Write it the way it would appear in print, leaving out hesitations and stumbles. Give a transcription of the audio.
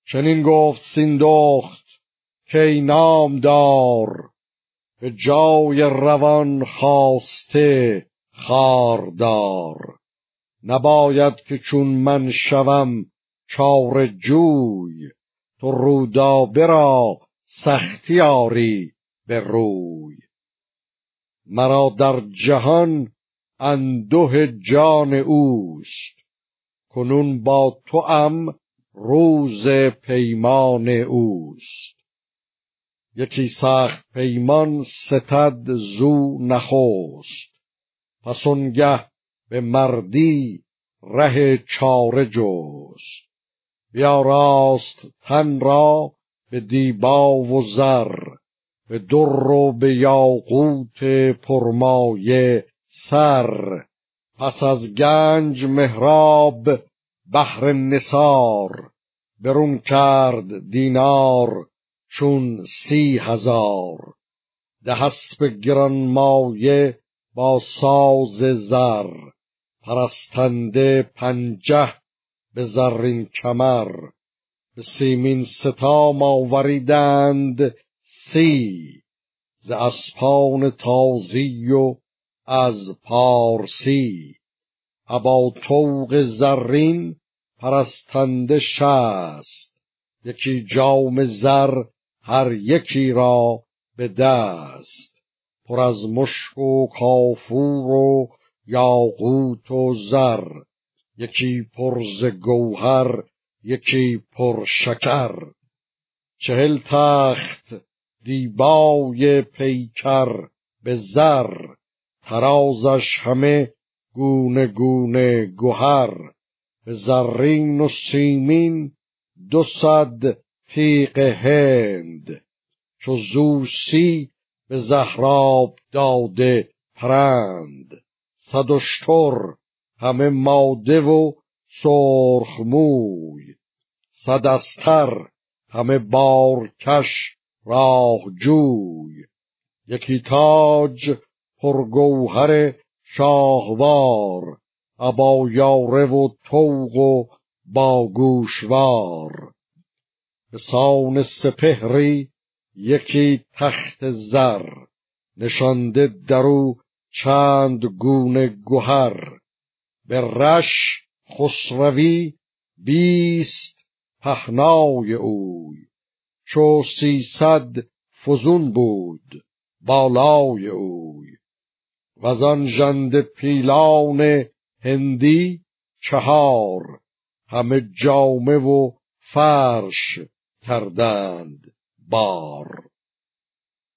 چنین گفت سیندخت که نامدار، به جای روان خواسته خاردار. نباید که چون من شوم چاره جوی، تو رودابه را سختی آری به روی. مرا در جهان انده جان اوست، کنون با توام روز پیمان اوست. یکی سخت پیمان ستد زو نخست، پس آنگه به مردی ره چاره جست. بیاراست تن را به دیبا و زر، به در و به یاقوت پرمایه سر. پس از گنج مهراب بهر نثار، برون کرد دینار چون 30,000. ده اسپ گرانمایه با ساز زر، پرستنده 50 به زرین کمر. به سیمین ستام آوریدند 30، ز اسپان تازی و از پارسی. ابا طوق زرین پرستنده 60، یکی جام زر هر یکی را به دست. پر از مشک و کافور و یاقوت و زر، یکی پر ز گوهر یکی پر شکر. 40 تخت دیبای پیکر به زر، طرازش همه گونه گونه گهر. به زرین و سیمین 200 تیغ هند، چو زوسی به زهراب داده پرند. 100 اشتر همه ماده و سرخ موی، 100 استر همه بارکش راه جوی. یکی تاج پرگوهر شاهوار، ابا یاره و طوق و با گوشوار. به سان سپهری یکی تخت زر، نشانده درو چند گونه گهر. به رش خسروی 20 پهنای اوی، چو 300 فزون بود بالای اوی. وزان ژنده پیلان هندی 4، همه جامه و فرش کردند بار.